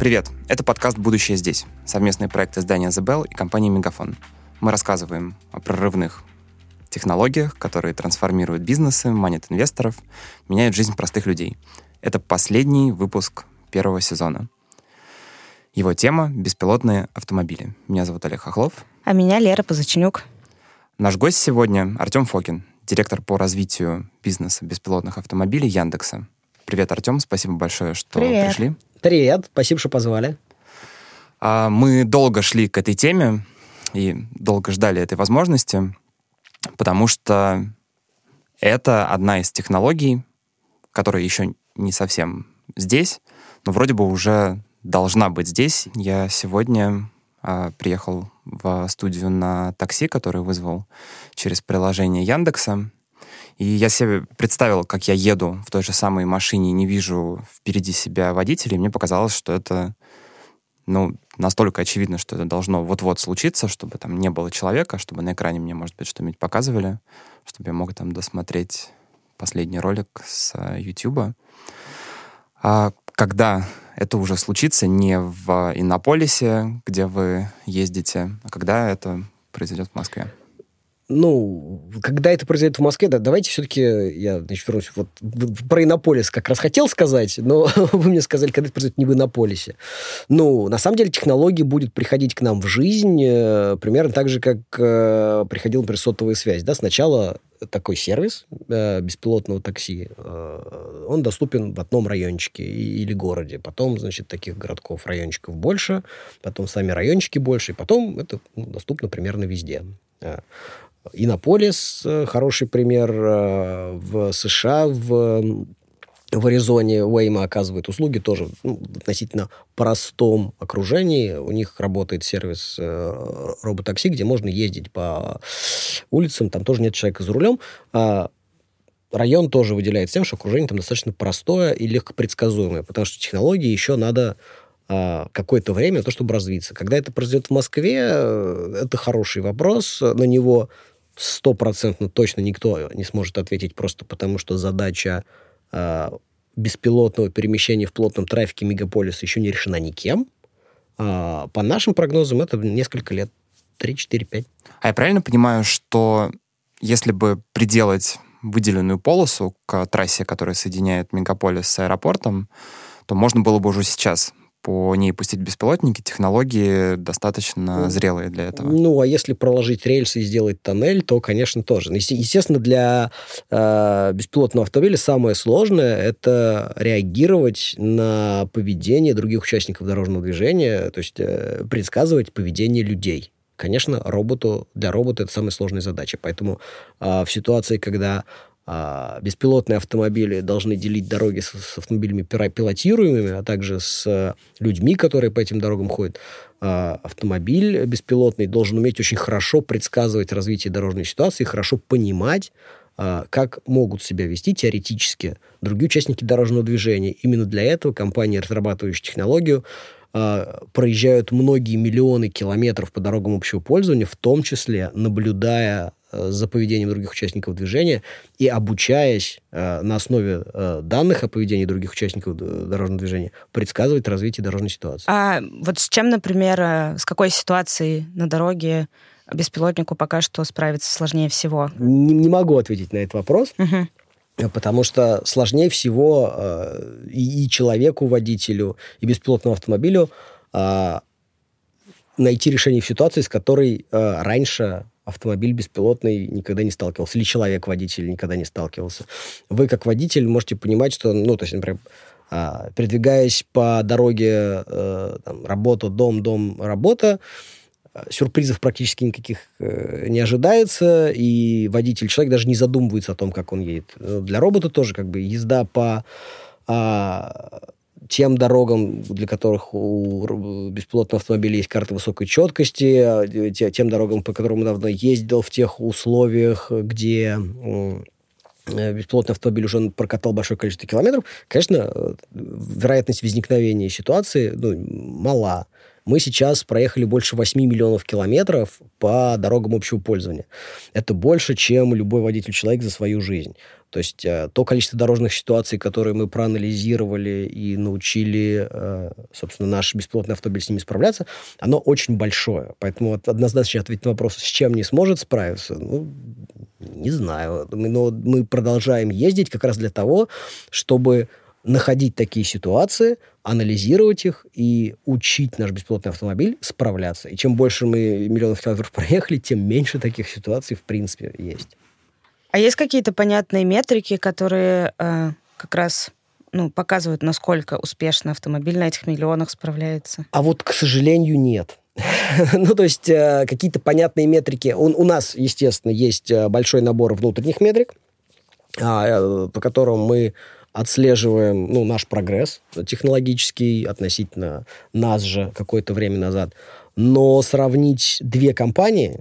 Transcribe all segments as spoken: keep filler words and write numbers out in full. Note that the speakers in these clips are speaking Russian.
Привет! Это подкаст «Будущее здесь», совместный проект издания The Bell и компании Мегафон. Мы рассказываем о прорывных технологиях, которые трансформируют бизнесы, манят инвесторов, меняют жизнь простых людей. Это последний выпуск первого сезона. Его тема — беспилотные автомобили. Меня зовут Олег Хохлов. А меня Лера Позаченюк. Наш гость сегодня — Артем Фокин, директор по развитию бизнеса беспилотных автомобилей Яндекса. Привет, Артем, спасибо большое, что Привет. пришли. Привет, спасибо, что позвали. Мы долго шли к этой теме и долго ждали этой возможности, потому что это одна из технологий, которая еще не совсем здесь, но вроде бы уже должна быть здесь. Я сегодня а, приехал в студию на такси, который вызвал через приложение Яндекса. И я себе представил, как я еду в той же самой машине, не вижу впереди себя водителя, и мне показалось, что это ну, настолько очевидно, что это должно вот-вот случиться, чтобы там не было человека, чтобы на экране мне, может быть, что-нибудь показывали, чтобы я мог там досмотреть последний ролик с Ютуба. А когда это уже случится не в Иннополисе, где вы ездите, а когда это произойдет в Москве? Ну, когда это произойдет в Москве, да, давайте все-таки, я, значит, вернусь, вот про Иннополис как раз хотел сказать, но вы мне сказали, когда это произойдет не в Иннополисе. Ну, на самом деле, технология будет приходить к нам в жизнь э, примерно так же, как э, приходила, например, сотовая связь. Да? Сначала такой сервис э, беспилотного такси, э, он доступен в одном райончике или городе. Потом, значит, таких городков, райончиков больше, потом сами райончики больше, и потом это ну, доступно примерно везде. Иннополис — хороший пример. В США, в, в Аризоне Waymo оказывает услуги тоже ну, в относительно простом окружении. У них работает сервис э, роботакси, где можно ездить по улицам, там тоже нет человека за рулем. А район тоже выделяется тем, что окружение там достаточно простое и легкопредсказуемое, потому что технологии еще надо какое-то время на то, чтобы развиться. Когда это произойдет в Москве, это хороший вопрос. На него стопроцентно точно никто не сможет ответить, просто потому что задача э, беспилотного перемещения в плотном трафике мегаполиса еще не решена никем. А, по нашим прогнозам, это несколько лет. три, четыре, пять. А я правильно понимаю, что если бы приделать выделенную полосу к трассе, которая соединяет мегаполис с аэропортом, то можно было бы уже сейчас по ней пустить беспилотники, технологии достаточно зрелые для этого. Ну, а если проложить рельсы и сделать тоннель, то, конечно, тоже. Естественно, для э, беспилотного автомобиля самое сложное – это реагировать на поведение других участников дорожного движения, то есть э, предсказывать поведение людей. Конечно, роботу, для робота это самая сложная задача. Поэтому э, в ситуации, когда А беспилотные автомобили должны делить дороги с, с автомобилями пилотируемыми, а также с людьми, которые по этим дорогам ходят. А автомобиль беспилотный должен уметь очень хорошо предсказывать развитие дорожной ситуации, хорошо понимать, а, как могут себя вести теоретически другие участники дорожного движения. Именно для этого компании, разрабатывающие технологию, а, проезжают многие миллионы километров по дорогам общего пользования, в том числе наблюдая за поведением других участников движения и обучаясь э, на основе э, данных о поведении других участников дорожного движения предсказывать развитие дорожной ситуации. А вот с чем, например, с какой ситуацией на дороге беспилотнику пока что справиться сложнее всего? Не, не могу ответить на этот вопрос. Угу. Потому что сложнее всего э, и, и человеку, водителю, и беспилотному автомобилю э, найти решение в ситуации, с которой э, раньше автомобиль беспилотный никогда не сталкивался, или человек-водитель никогда не сталкивался. Вы, как водитель, можете понимать, что, ну, то есть, например, э, передвигаясь по дороге э, там, работа, дом, дом, работа, сюрпризов практически никаких э, не ожидается, и водитель, человек даже не задумывается о том, как он едет. Для робота тоже как бы езда по а, тем дорогам, для которых у беспилотного автомобиля есть карта высокой четкости, тем дорогам, по которым он давно ездил в тех условиях, где беспилотный автомобиль уже прокатал большое количество километров, конечно, вероятность возникновения ситуации ну, мала. Мы сейчас проехали больше восемь миллионов километров по дорогам общего пользования. Это больше, чем любой водитель-человек за свою жизнь. То есть э, то количество дорожных ситуаций, которые мы проанализировали и научили, э, собственно, наш беспилотный автомобиль с ними справляться, оно очень большое. Поэтому вот однозначно ответить на вопрос, с чем не сможет справиться, ну, не знаю. Но мы продолжаем ездить как раз для того, чтобы находить такие ситуации, анализировать их и учить наш беспилотный автомобиль справляться. И чем больше мы миллионов километров проехали, тем меньше таких ситуаций в принципе есть. А есть какие-то понятные метрики, которые э, как раз ну, показывают, насколько успешно автомобиль на этих миллионах справляется? А вот, к сожалению, нет. Ну, то есть э, какие-то понятные метрики. У, у нас, естественно, есть большой набор внутренних метрик, э, по которым мы отслеживаем ну, наш прогресс технологический относительно нас же какое-то время назад. Но сравнить две компании,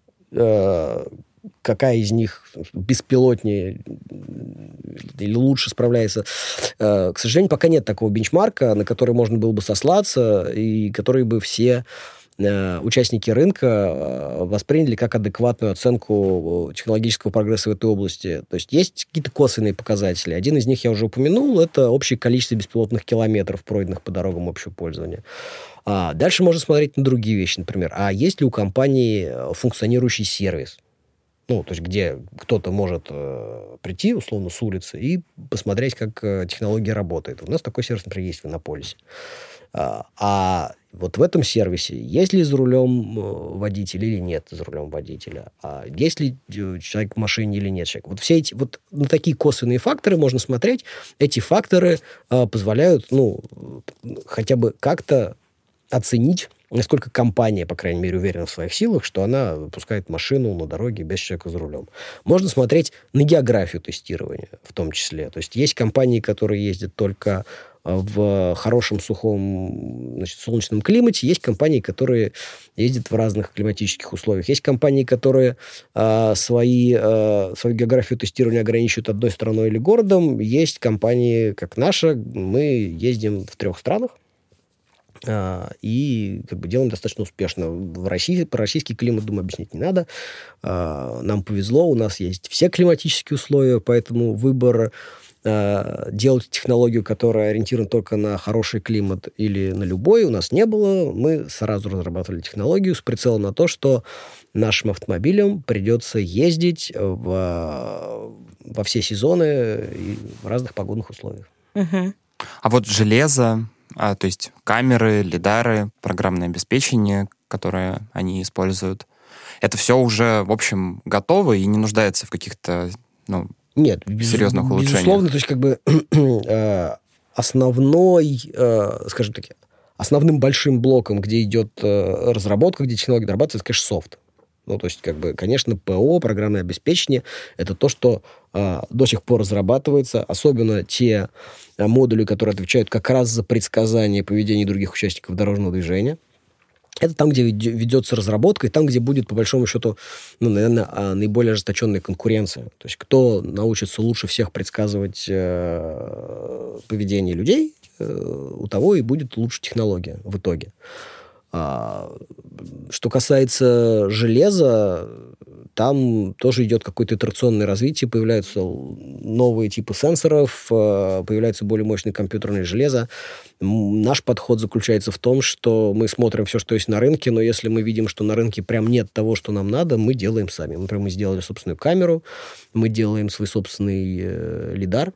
э, какая из них беспилотнее или лучше справляется, э, к сожалению, пока нет такого бенчмарка, на который можно было бы сослаться, и который бы все э, участники рынка восприняли как адекватную оценку технологического прогресса в этой области. То есть есть какие-то косвенные показатели. Один из них я уже упомянул, это общее количество беспилотных километров, пройденных по дорогам общего пользования. А дальше можно смотреть на другие вещи, например, а есть ли у компании функционирующий сервис? Ну, то есть где кто-то может э, прийти, условно, с улицы и посмотреть, как э, технология работает. У нас такой сервис, например, есть в Иннополисе. А, а вот в этом сервисе есть ли за рулем водитель или нет за рулем водителя? А есть ли человек в машине или нет человека? Вот все эти, вот на такие косвенные факторы можно смотреть. Эти факторы э, позволяют, ну, хотя бы как-то оценить, насколько компания, по крайней мере, уверена в своих силах, что она выпускает машину на дороге без человека за рулем. Можно смотреть на географию тестирования в том числе. То есть есть компании, которые ездят только в хорошем, сухом, значит, солнечном климате. Есть компании, которые ездят в разных климатических условиях. Есть компании, которые э, свои, э, свою географию тестирования ограничивают одной страной или городом. Есть компании, как наша. Мы ездим в трех странах. И как бы делаем достаточно успешно. В России, про российский климат, думаю, объяснять не надо. Нам повезло, у нас есть все климатические условия, поэтому выбор делать технологию, которая ориентирована только на хороший климат или на любой, у нас не было. Мы сразу разрабатывали технологию с прицелом на то, что нашим автомобилям придется ездить в, во все сезоны и в разных погодных условиях. Угу. А вот железо, А, то есть камеры, лидары, программное обеспечение, которое они используют, это все уже, в общем, готово и не нуждается в каких-то, ну, Нет, без, серьезных улучшениях? Безусловно, то есть как бы основной, скажем так, основным большим блоком, где идет разработка, где технология дорабатывается, это, конечно, софт. Ну, то есть, как бы, конечно, ПО, программное обеспечение, это то, что э, до сих пор разрабатывается, особенно те э, модули, которые отвечают как раз за предсказание поведения других участников дорожного движения. Это там, где ведется разработка, и там, где будет, по большому счету, ну, наверное, наиболее ожесточенная конкуренция. То есть, кто научится лучше всех предсказывать э, поведение людей, э, у того и будет лучше технология в итоге. Что касается железа, там тоже идет какое-то итерационное развитие, появляются новые типы сенсоров, появляются более мощные компьютерные железа. Наш подход заключается в том, что мы смотрим все, что есть на рынке, но если мы видим, что на рынке прям нет того, что нам надо, мы делаем сами. Например, мы сделали собственную камеру, мы делаем свой собственный э, лидар,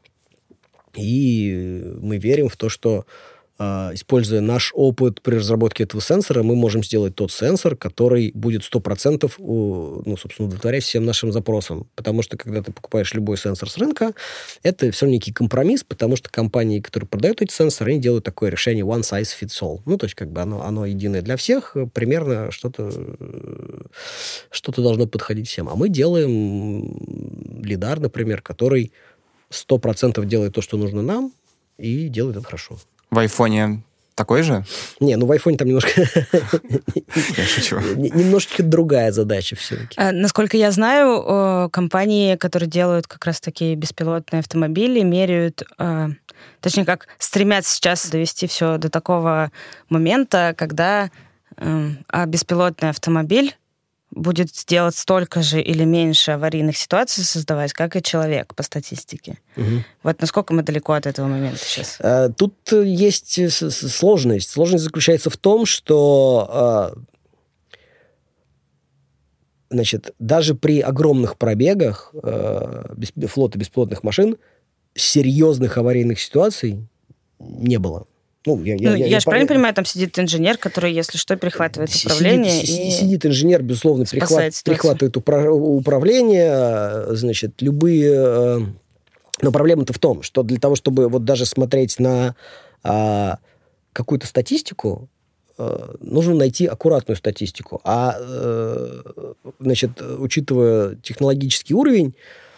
и мы верим в то, что используя наш опыт при разработке этого сенсора, мы можем сделать тот сенсор, который будет сто процентов, ну, собственно, удовлетворять всем нашим запросам. Потому что, когда ты покупаешь любой сенсор с рынка, это все некий компромисс, потому что компании, которые продают эти сенсоры, они делают такое решение one size fits all. Ну, то есть, как бы оно, оно единое для всех, примерно что-то, что-то должно подходить всем. А мы делаем лидар, например, который сто процентов делает то, что нужно нам, и делает это хорошо. В айфоне такой же? Не, ну в айфоне там немножко... Я шучу. Немножечко другая задача все-таки. Насколько я знаю, компании, которые делают как раз такие беспилотные автомобили, меряют... Точнее, как стремятся сейчас довести все до такого момента, когда беспилотный автомобиль будет делать столько же или меньше аварийных ситуаций создавать, как и человек по статистике. Угу. Вот насколько мы далеко от этого момента сейчас? Тут есть сложность. Сложность заключается в том, что значит, даже при огромных пробегах флота беспилотных машин серьезных аварийных ситуаций не было. Ну, я, ну, я, я, я, я же правильно понимаю, там сидит инженер, который, если что, перехватывает сидит, управление. Сидит, и сидит инженер, безусловно, перехват, перехватывает упра- управление. Значит, любые... Но проблема-то в том, что для того, чтобы вот даже смотреть на а, какую-то статистику, а, нужно найти аккуратную статистику. А, а, значит, учитывая технологический уровень,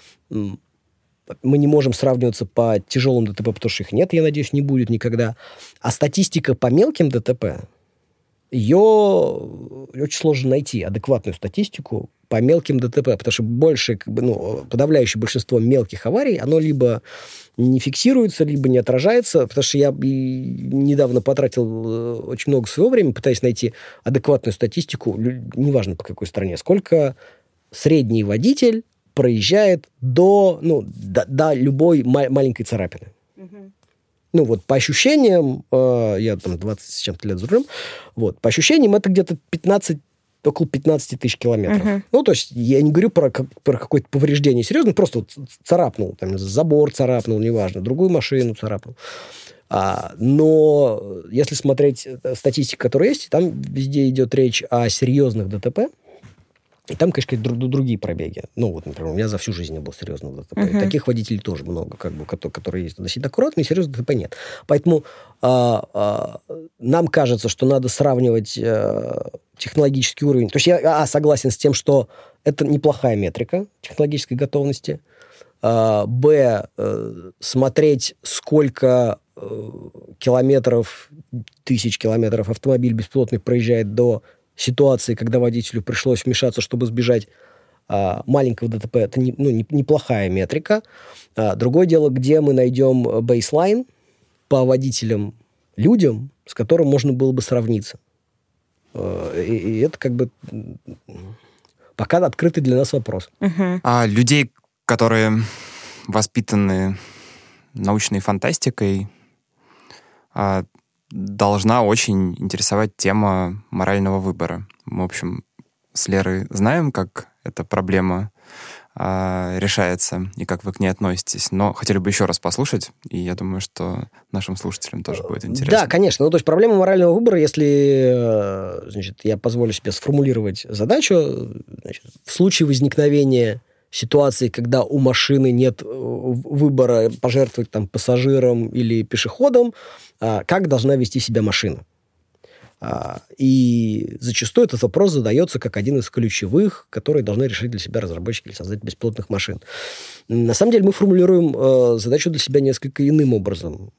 мы не можем сравниваться по тяжелым ДТП, потому что их нет, я надеюсь, не будет никогда. А статистика по мелким ДТП, ее очень сложно найти, адекватную статистику по мелким ДТП, потому что больше, как бы, ну, подавляющее большинство мелких аварий, оно либо не фиксируется, либо не отражается, потому что я недавно потратил очень много своего времени, пытаясь найти адекватную статистику, неважно по какой стране, сколько средний водитель проезжает до, ну, до, до любой ма- маленькой царапины. Uh-huh. Ну, вот, по ощущениям, э, я там двадцать с чем-то лет за рулем, вот, по ощущениям, это где-то пятнадцать, около пятнадцать тысяч километров. Uh-huh. Ну, то есть, я не говорю про, как, про какое-то повреждение серьезно, просто вот царапнул, там, забор царапнул, неважно, другую машину царапнул. А, но если смотреть статистику, которая есть, там везде идет речь о серьезных ДТП. И там, конечно, друг, другие пробеги. Ну, вот, например, у меня за всю жизнь не было серьезного ДТП. Uh-huh. И таких водителей тоже много, как бы, которые, которые есть относительно аккуратные, и серьезного ДТП нет. Поэтому а, а, нам кажется, что надо сравнивать а, технологический уровень. То есть я а, согласен с тем, что это неплохая метрика технологической готовности. А, б, а, смотреть, сколько а, километров, тысяч километров автомобиль беспилотный проезжает до ситуации, когда водителю пришлось вмешаться, чтобы сбежать а, маленького ДТП, это не, ну, не, неплохая метрика. А, другое дело, где мы найдем бейслайн по водителям, людям, с которым можно было бы сравниться. А, и, и это как бы пока открытый для нас вопрос. Uh-huh. А людей, которые воспитаны научной фантастикой, а должна очень интересовать тема морального выбора. Мы, в общем, с Лерой знаем, как эта проблема э, решается и как вы к ней относитесь, но хотели бы еще раз послушать, и я думаю, что нашим слушателям тоже будет интересно. Да, конечно. Ну, то есть проблема морального выбора, если, значит, я позволю себе сформулировать задачу, значит, в случае возникновения ситуации, когда у машины нет выбора пожертвовать там пассажиром или пешеходом, как должна вести себя машина. И зачастую этот вопрос задается как один из ключевых, которые должны решить для себя разработчики или создатели беспилотных машин. На самом деле мы формулируем задачу для себя несколько иным образом.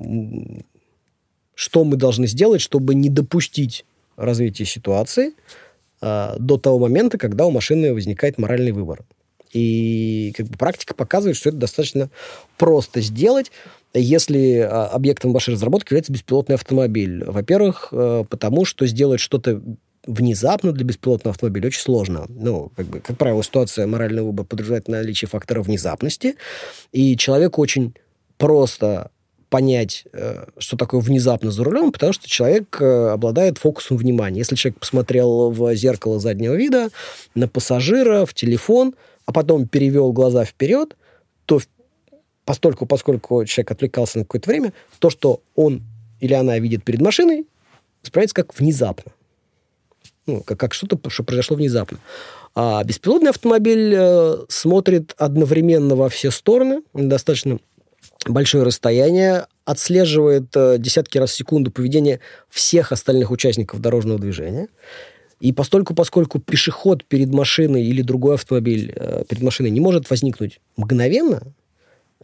Что мы должны сделать, чтобы не допустить развития ситуации до того момента, когда у машины возникает моральный выбор. И как бы практика показывает, что это достаточно просто сделать, если объектом вашей разработки является беспилотный автомобиль. Во-первых, потому что сделать что-то внезапно для беспилотного автомобиля очень сложно. Ну, как бы, как правило, ситуация морального выбора подразумевает наличие фактора внезапности, и человеку очень просто понять, что такое внезапно за рулем, потому что человек обладает фокусом внимания. Если человек посмотрел в зеркало заднего вида на пассажира, в телефон, а потом перевел глаза вперед, то постольку, поскольку человек отвлекался на какое-то время, то, что он или она видит перед машиной, воспринимается как внезапно. Ну, как, как что-то, что произошло внезапно. А беспилотный автомобиль э, смотрит одновременно во все стороны, достаточно большое расстояние, отслеживает э, десятки раз в секунду поведение всех остальных участников дорожного движения. И постольку, поскольку пешеход перед машиной или другой автомобиль э, перед машиной не может возникнуть мгновенно,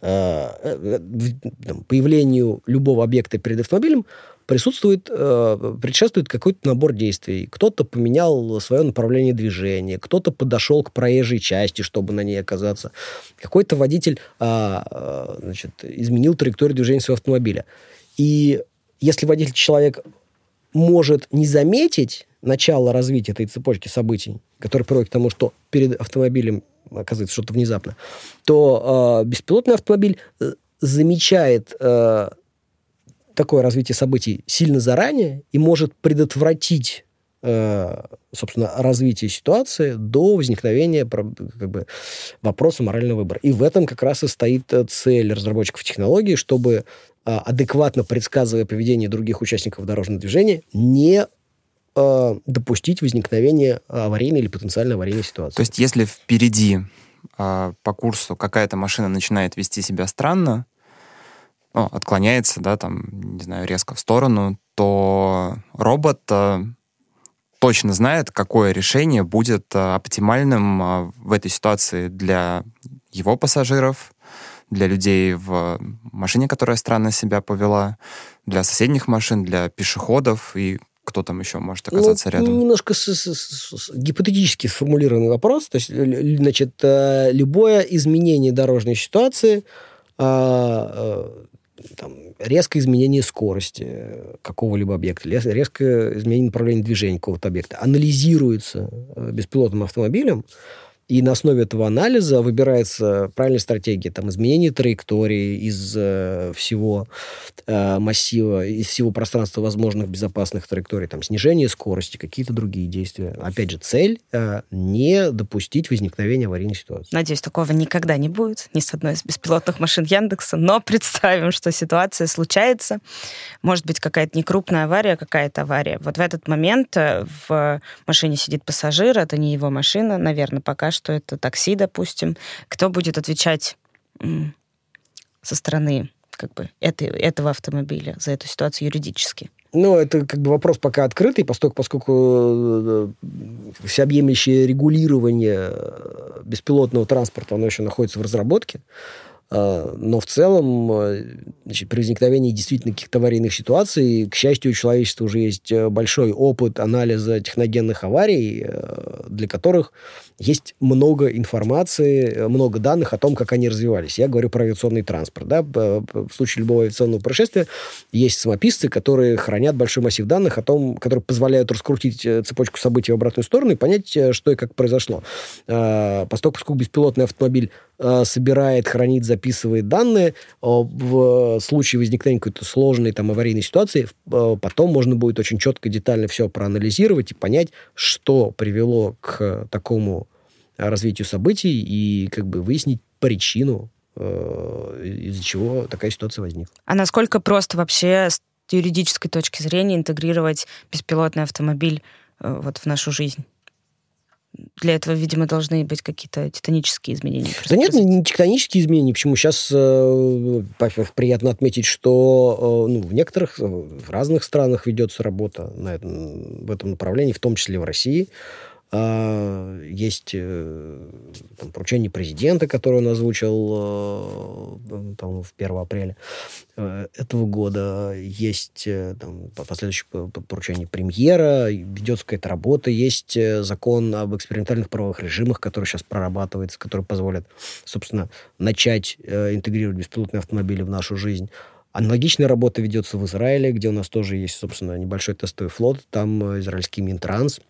появлению любого объекта перед автомобилем присутствует, предшествует какой-то набор действий. Кто-то поменял свое направление движения, кто-то подошел к проезжей части, чтобы на ней оказаться. Какой-то водитель значит, изменил траекторию движения своего автомобиля. И если водитель-человек может не заметить начало развития этой цепочки событий, которая приводит к тому, что перед автомобилем оказывается что-то внезапно, то э, беспилотный автомобиль замечает э, такое развитие событий сильно заранее и может предотвратить, э, собственно, развитие ситуации до возникновения как бы, вопроса морального выбора. И в этом как раз и стоит цель разработчиков технологии, чтобы, э, адекватно предсказывая поведение других участников дорожного движения, не э, допустить возникновения аварийной или потенциально аварийной ситуации. То есть если впереди э, по курсу какая-то машина начинает вести себя странно, ну, отклоняется, да, там, не знаю, резко в сторону, то робот э, точно знает, какое решение будет э, оптимальным э, в этой ситуации для его пассажиров, для людей в машине, которая странно себя повела, для соседних машин, для пешеходов и кто там еще может оказаться ну, рядом? Немножко с, с, с, с, гипотетически сформулированный вопрос. То есть, значит, любое изменение дорожной ситуации, там, резкое изменение скорости какого-либо объекта, резкое изменение направления движения какого-то объекта анализируется беспилотным автомобилем, и на основе этого анализа выбирается правильная стратегия, там, изменение траектории из э, всего э, массива, из всего пространства возможных безопасных траекторий, там, снижение скорости, какие-то другие действия. Опять же, цель э, не допустить возникновения аварийной ситуации. Надеюсь, такого никогда не будет, ни с одной из беспилотных машин Яндекса, но представим, что ситуация случается. Может быть, какая-то некрупная авария, какая-то авария. Вот в этот момент в машине сидит пассажир, это не его машина, наверное, пока что что это такси, допустим. Кто будет отвечать м, со стороны как бы, этой, этого автомобиля за эту ситуацию юридически? Ну, это как бы вопрос пока открытый, поскольку, поскольку всеобъемлющее регулирование беспилотного транспорта, оно еще находится в разработке. Но в целом, значит, при возникновении действительно каких-то аварийных ситуаций, к счастью, у человечества уже есть большой опыт анализа техногенных аварий, для которых есть много информации, много данных о том, как они развивались. Я говорю про авиационный транспорт. Да? В случае любого авиационного происшествия есть самописцы, которые хранят большой массив данных о том, которые позволяют раскрутить цепочку событий в обратную сторону и понять, что и как произошло. Поскольку, поскольку беспилотный автомобиль собирает, хранит, записывает данные, в случае возникновения какой-то сложной там, аварийной ситуации, потом можно будет очень четко, детально все проанализировать и понять, что привело к такому развитию событий и как бы выяснить причину, из-за чего такая ситуация возникла. А насколько просто вообще с юридической точки зрения интегрировать беспилотный автомобиль вот в нашу жизнь? Для этого, видимо, должны быть какие-то тектонические изменения. Да нет, не тектонические изменения. Почему? Сейчас э, приятно отметить, что э, ну, в некоторых, в разных странах ведется работа на этом, в этом направлении, в том числе в России. Uh, есть uh, там, поручение президента, которое он озвучил uh, там, в первого апреля uh, этого года. Есть uh, там, последующее поручение премьера, ведется какая-то работа. Есть uh, закон об экспериментальных правовых режимах, который сейчас прорабатывается, который позволит, собственно, начать uh, интегрировать беспилотные автомобили в нашу жизнь. Аналогичная работа ведется в Израиле, где у нас тоже есть, собственно, небольшой тестовый флот. Там uh, израильский Минтранс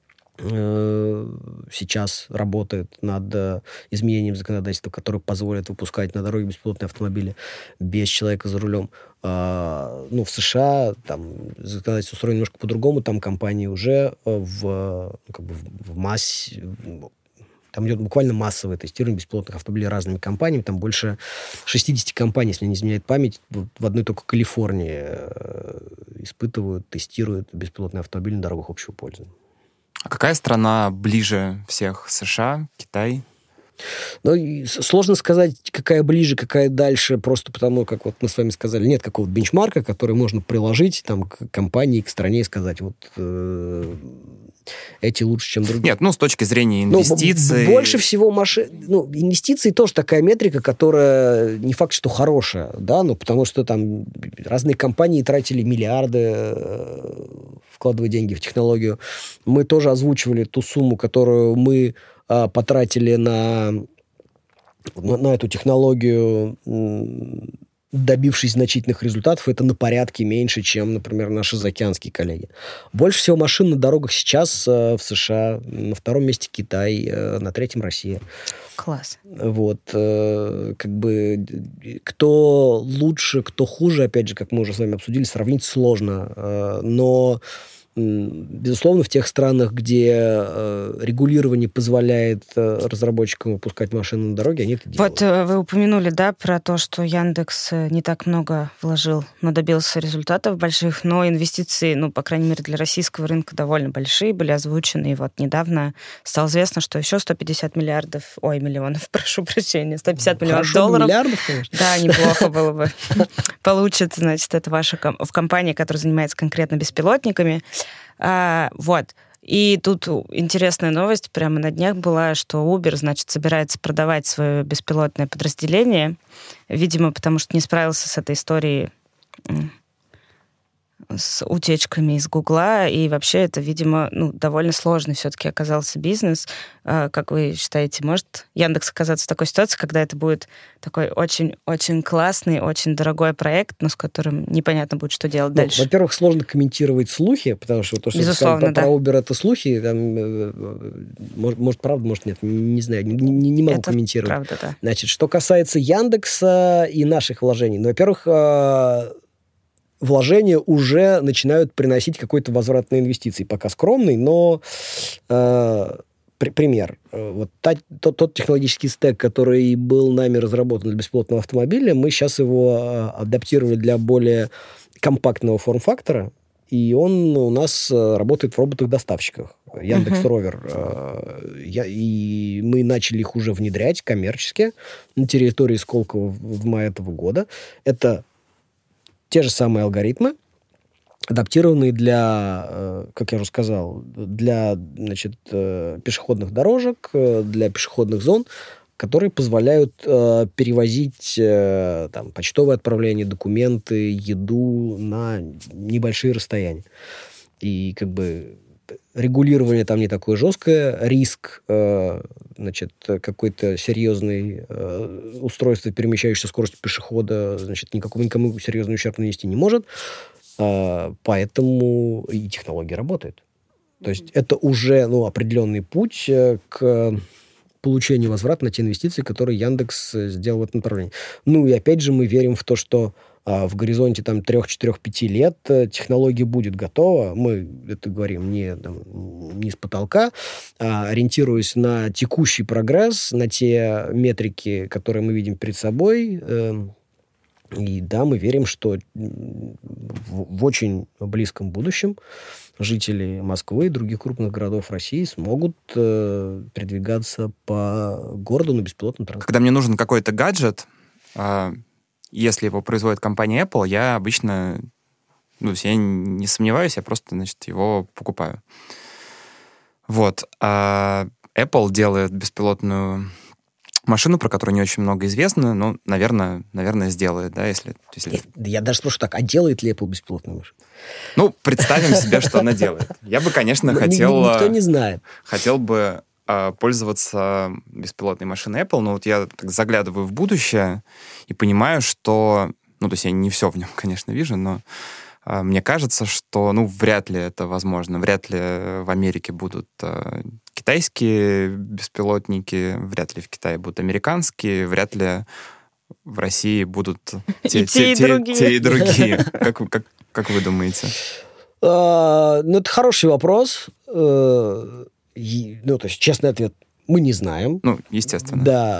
сейчас работает над изменением законодательства, которое позволит выпускать на дороге беспилотные автомобили без человека за рулем. Ну, в США там законодательство устроено немножко по-другому. Там компании уже в, как бы в массе... Там идет буквально массовое тестирование беспилотных автомобилей разными компаниями. Там больше шестьдесят компаний, если не изменяет память, в одной только Калифорнии испытывают, тестируют беспилотные автомобили на дорогах общего пользования. А какая страна ближе всех? США? Китай? Ну, сложно сказать, какая ближе, какая дальше, просто потому, как вот мы с вами сказали, нет какого-то бенчмарка, который можно приложить там, к компании, к стране и сказать, вот э, эти лучше, чем другие. Нет, ну, с точки зрения инвестиций... Ну, больше всего машин... Ну, инвестиции тоже такая метрика, которая не факт, что хорошая, да, ну, потому что там разные компании тратили миллиарды, вкладывая деньги в технологию. Мы тоже озвучивали ту сумму, которую мы а, потратили на, на, на эту технологию, добившись значительных результатов. Это на порядке меньше, чем, например, наши заокеанские коллеги. Больше всего машин на дорогах сейчас э, в США, на втором месте Китай, э, на третьем Россия. Класс. Вот. Э, как бы кто лучше, кто хуже, опять же, как мы уже с вами обсудили, сравнить сложно. Э, но безусловно, в тех странах, где э, регулирование позволяет э, разработчикам выпускать машины на дороге, они это делают. Вот э, вы упомянули, да, про то, что Яндекс не так много вложил, но добился результатов больших, но инвестиции, ну, по крайней мере, для российского рынка довольно большие, были озвучены, и вот недавно стало известно, что еще сто пятьдесят миллиардов, ой, миллионов, прошу прощения, сто пятьдесят миллионов Хорошо, долларов. Миллиардов, конечно. Да, неплохо было бы. Получит, значит, это ваша в компании, которая занимается конкретно беспилотниками. А, вот. И тут интересная новость прямо на днях была, что Uber, значит, собирается продавать свое беспилотное подразделение, видимо, потому что не справился с этой историей с утечками из Гугла, и вообще это, видимо, ну, довольно сложный все-таки оказался бизнес. Как вы считаете, может Яндекс оказаться в такой ситуации, когда это будет такой очень-очень классный, очень дорогой проект, но с которым непонятно будет, что делать ну, дальше? Во-первых, сложно комментировать слухи, потому что то, что Безусловно, про, да. про Uber это слухи, там, может, может, правда, может, нет, не знаю, не, не, не могу это комментировать. Правда, да. Значит, что касается Яндекса и наших вложений, ну, во-первых, вложения уже начинают приносить какой-то возврат на инвестиции. Пока скромный, но э, при, пример. Вот та, тот, тот технологический стек, который был нами разработан для беспилотного автомобиля, мы сейчас его адаптировали для более компактного форм-фактора, и он у нас работает в роботах-доставщиках. Яндекс.Ровер. Uh-huh. Я, и мы начали их уже внедрять коммерчески на территории Сколково в мае этого года. Это те же самые алгоритмы, адаптированные для, как я уже сказал, для, значит, пешеходных дорожек, для пешеходных зон, которые позволяют перевозить там, почтовые отправления, документы, еду на небольшие расстояния. И как бы регулирование там не такое жесткое, риск, значит, какой-то серьезный устройство, перемещающееся скоростью пешехода, значит, никакого никому серьезный ущерб нанести не может, поэтому и технология работает. То есть это уже, ну, определенный путь к получению возврата на те инвестиции, которые Яндекс сделал в этом направлении. Ну и опять же мы верим в то, что а в горизонте там трех-четырех-пяти лет технология будет готова. Мы это говорим не, там, не с потолка, а ориентируясь на текущий прогресс, на те метрики, которые мы видим перед собой. И да, мы верим, что в, в очень близком будущем жители Москвы и других крупных городов России смогут э, передвигаться по городу на беспилотном транспорте. Когда мне нужен какой-то гаджет, э, если его производит компания Apple, я обычно, ну, я не сомневаюсь, я просто, значит, его покупаю. Вот. А Apple делает беспилотную машину, про которую не очень много известно, но, наверное, наверное, сделает, да, если... если... Я даже спрошу так, а делает ли Apple беспилотную машину? Ну, представим себе, что она делает. Я бы, конечно, хотел... Никто не знает. Хотел бы пользоваться беспилотной машиной Apple, но вот я так заглядываю в будущее и понимаю, что... Ну, то есть я не все в нем, конечно, вижу, но а, мне кажется, что, ну, вряд ли это возможно. Вряд ли в Америке будут а, китайские беспилотники, вряд ли в Китае будут американские, вряд ли в России будут те, и те, те, и другие. Те и другие. Как, как, как вы думаете? А, ну, это хороший вопрос. И, ну, то есть, честный ответ, мы не знаем. Ну, естественно. Да.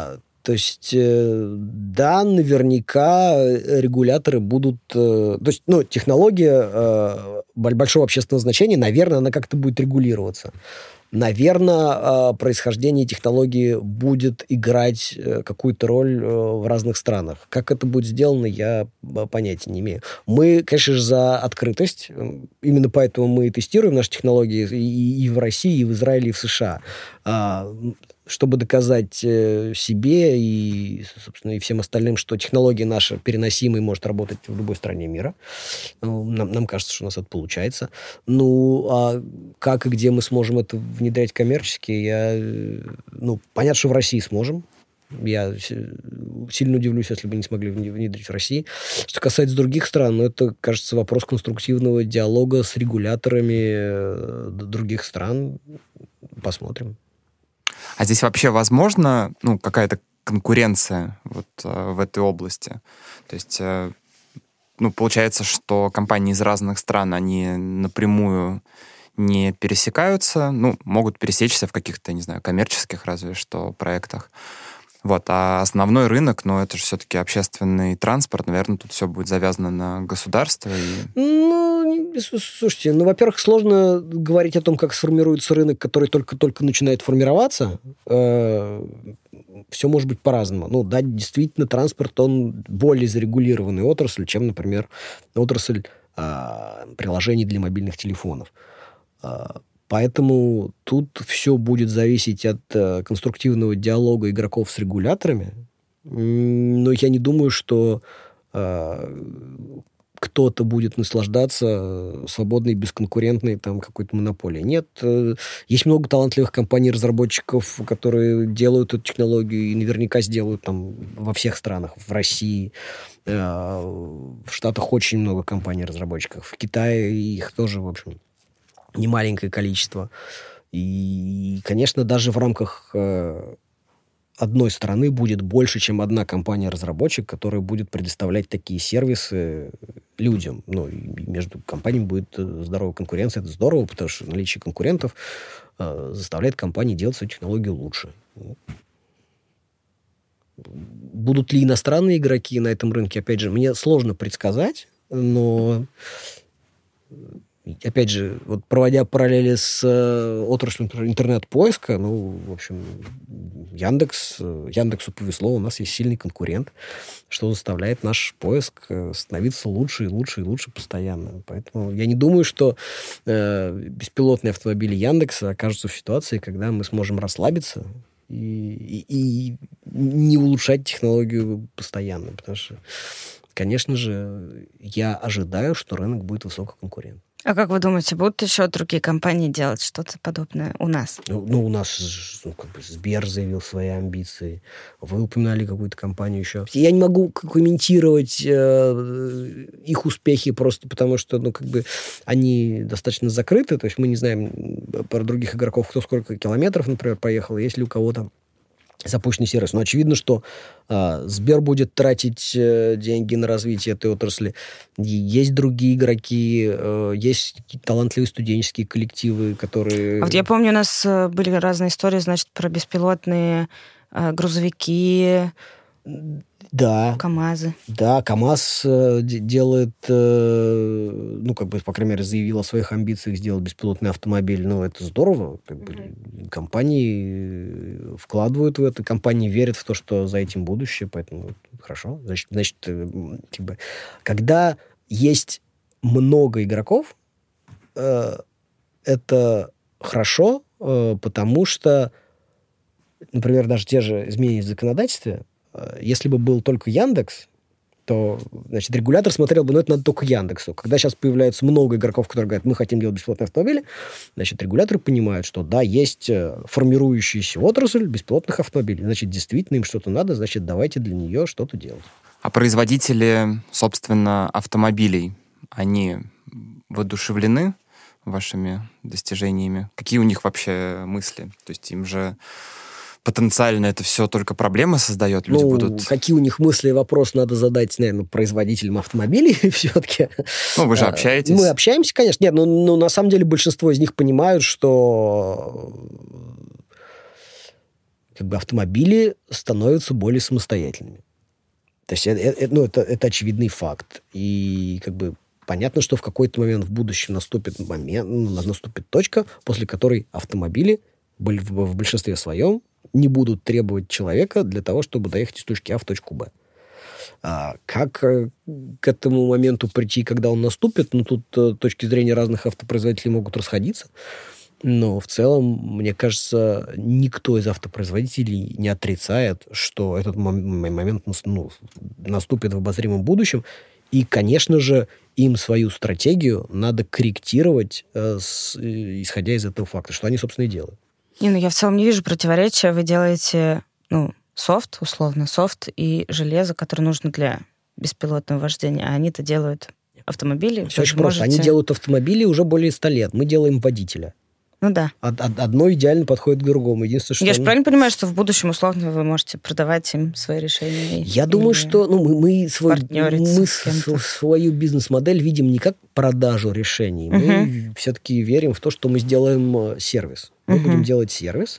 То есть, да, наверняка регуляторы будут... То есть, ну, технология большого общественного значения, наверное, она как-то будет регулироваться. Наверное, происхождение технологии будет играть какую-то роль в разных странах. Как это будет сделано, я понятия не имею. Мы, конечно же, за открытость. Именно поэтому мы тестируем наши технологии и в России, и в Израиле, и в США. Чтобы доказать себе и, собственно, и всем остальным, что технология наша переносимая и может работать в любой стране мира. Нам, нам кажется, что у нас это получается. Ну, а как и где мы сможем это внедрять коммерчески, я... Ну, понятно, что в России сможем. Я сильно удивлюсь, если бы не смогли внедрить в России. Что касается других стран, ну, это, кажется, вопрос конструктивного диалога с регуляторами других стран. Посмотрим. А здесь вообще возможно, ну, какая-то конкуренция вот э, в этой области? То есть, э, ну, получается, что компании из разных стран, они напрямую не пересекаются, ну, могут пересечься в каких-то, не знаю, коммерческих разве что проектах. Вот, а основной рынок, ну, это же все-таки общественный транспорт, наверное, тут все будет завязано на государство. И... Ну, слушайте, ну, во-первых, сложно говорить о том, как сформируется рынок, который только-только начинает формироваться. Все может быть по-разному. Ну, да, действительно, транспорт, он более зарегулированная отрасль, чем, например, отрасль приложений для мобильных телефонов. Поэтому тут все будет зависеть от э, конструктивного диалога игроков с регуляторами. Но я не думаю, что э, кто-то будет наслаждаться свободной, бесконкурентной там, какой-то монополией. Нет. Э, есть много талантливых компаний-разработчиков, которые делают эту технологию и наверняка сделают там во всех странах. В России, э, в Штатах очень много компаний-разработчиков. В Китае их тоже, в общем... немаленькое количество. И, конечно, даже в рамках э, одной страны будет больше, чем одна компания-разработчик, которая будет предоставлять такие сервисы людям. Ну, и между компаниями будет здоровая конкуренция. Это здорово, потому что наличие конкурентов э, заставляет компании делать свою технологию лучше. Будут ли иностранные игроки на этом рынке? Опять же, мне сложно предсказать, но... Опять же, вот проводя параллели с э, отраслью интернет-поиска, ну, в общем, Яндекс, Яндексу повезло, у нас есть сильный конкурент, что заставляет наш поиск становиться лучше и лучше и лучше постоянно. Поэтому я не думаю, что э, беспилотные автомобили Яндекса окажутся в ситуации, когда мы сможем расслабиться и, и, и не улучшать технологию постоянно. Потому что, конечно же, я ожидаю, что рынок будет высококонкурентным. А как вы думаете, будут еще другие компании делать что-то подобное у нас? Ну, ну у нас ну, как бы Сбер заявил свои амбиции. Вы упоминали какую-то компанию еще. Я не могу комментировать э, их успехи просто потому, что ну, как бы они достаточно закрыты. То есть мы не знаем про других игроков, кто сколько километров, например, поехал. Есть ли у кого-то запущенный сервис. Но очевидно, что э, Сбер будет тратить э, деньги на развитие этой отрасли. Есть другие игроки, э, есть талантливые студенческие коллективы, которые... А вот я помню, у нас были разные истории, значит, про беспилотные э, грузовики, да. КАМАЗы. Да, КАМАЗ э, делает, э, ну, как бы, по крайней мере, заявил о своих амбициях сделать беспилотный автомобиль. Ну, это здорово. Как бы, mm-hmm. Компании вкладывают в это, компании верят в то, что за этим будущее, поэтому хорошо. Значит, значит как бы, когда есть много игроков, э, это хорошо, э, потому что, например, даже те же изменения в законодательстве, если бы был только Яндекс, то, значит, регулятор смотрел бы, ну, это надо только Яндексу. Когда сейчас появляется много игроков, которые говорят, мы хотим делать беспилотные автомобили, значит, регуляторы понимают, что, да, есть формирующаяся отрасль беспилотных автомобилей. Значит, действительно им что-то надо, значит, давайте для нее что-то делать. А производители, собственно, автомобилей, они воодушевлены вашими достижениями? Какие у них вообще мысли? То есть им же... потенциально это все только проблемы создает, люди ну, будут... какие у них мысли и вопросы надо задать, наверное, производителям автомобилей все-таки. Ну, вы же общаетесь. Мы общаемся, конечно. Нет, ну, ну, на самом деле большинство из них понимают, что как бы автомобили становятся более самостоятельными. То есть это, это, ну, это, это очевидный факт. И как бы понятно, что в какой-то момент в будущем наступит момент, наступит точка, после которой автомобили в большинстве своем не будут требовать человека для того, чтобы доехать из точки А в точку Б. А как к этому моменту прийти, когда он наступит, ну, тут точки зрения разных автопроизводителей могут расходиться. Но в целом, мне кажется, никто из автопроизводителей не отрицает, что этот момент ну, наступит в обозримом будущем. И, конечно же, им свою стратегию надо корректировать, э, с, э, исходя из этого факта, что они, собственно, и делают. Не, ну я в целом не вижу противоречия. Вы делаете, ну, софт, условно, софт и железо, которое нужно для беспилотного вождения, а они-то делают автомобили. Все очень просто. Можете... Они делают автомобили уже более ста лет. Мы делаем водителя. Ну да. Одно идеально подходит к другому. Единственное, что Я они... же правильно понимаю, что в будущем, условно, вы можете продавать им свои решения? Я думаю, что ну, мы, мы, свой, мы свою бизнес-модель видим не как продажу решений. Uh-huh. Мы все-таки верим в то, что мы сделаем сервис. Мы uh-huh. будем делать сервис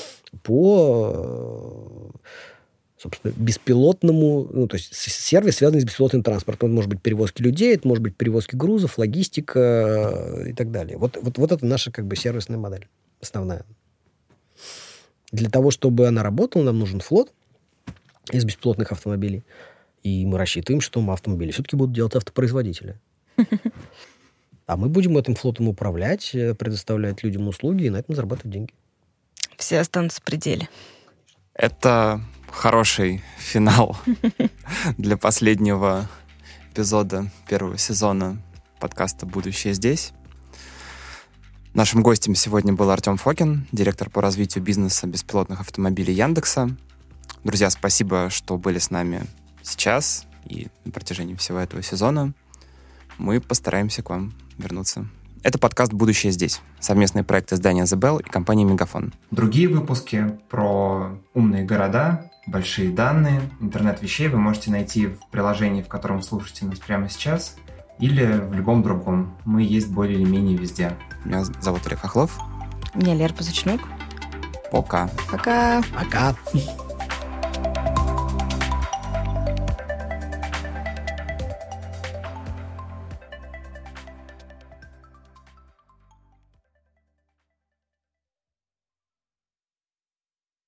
по... собственно, беспилотному, ну, то есть сервис, связанный с беспилотным транспортом. Это может быть перевозки людей, это может быть перевозки грузов, логистика и так далее. Вот, вот, вот это наша как бы сервисная модель основная. Для того, чтобы она работала, нам нужен флот из беспилотных автомобилей. И мы рассчитываем, что автомобили все-таки будут делать автопроизводители. А мы будем этим флотом управлять, предоставлять людям услуги и на этом зарабатывать деньги. Все останутся в пределе. Это... хороший финал для последнего эпизода первого сезона подкаста «Будущее здесь». Нашим гостем сегодня был Артем Фокин, директор по развитию бизнеса беспилотных автомобилей Яндекса. Друзья, спасибо, что были с нами сейчас и на протяжении всего этого сезона. Мы постараемся к вам вернуться. Это подкаст «Будущее здесь». Совместный проект издания The Bell и компании Мегафон. Другие выпуски про умные города, большие данные, интернет вещей вы можете найти в приложении, в котором слушаете нас прямо сейчас, или в любом другом. Мы есть более или менее везде. Меня зовут Олег Хохлов. Меня Лера Пазачнук. Пока. Пока. Пока.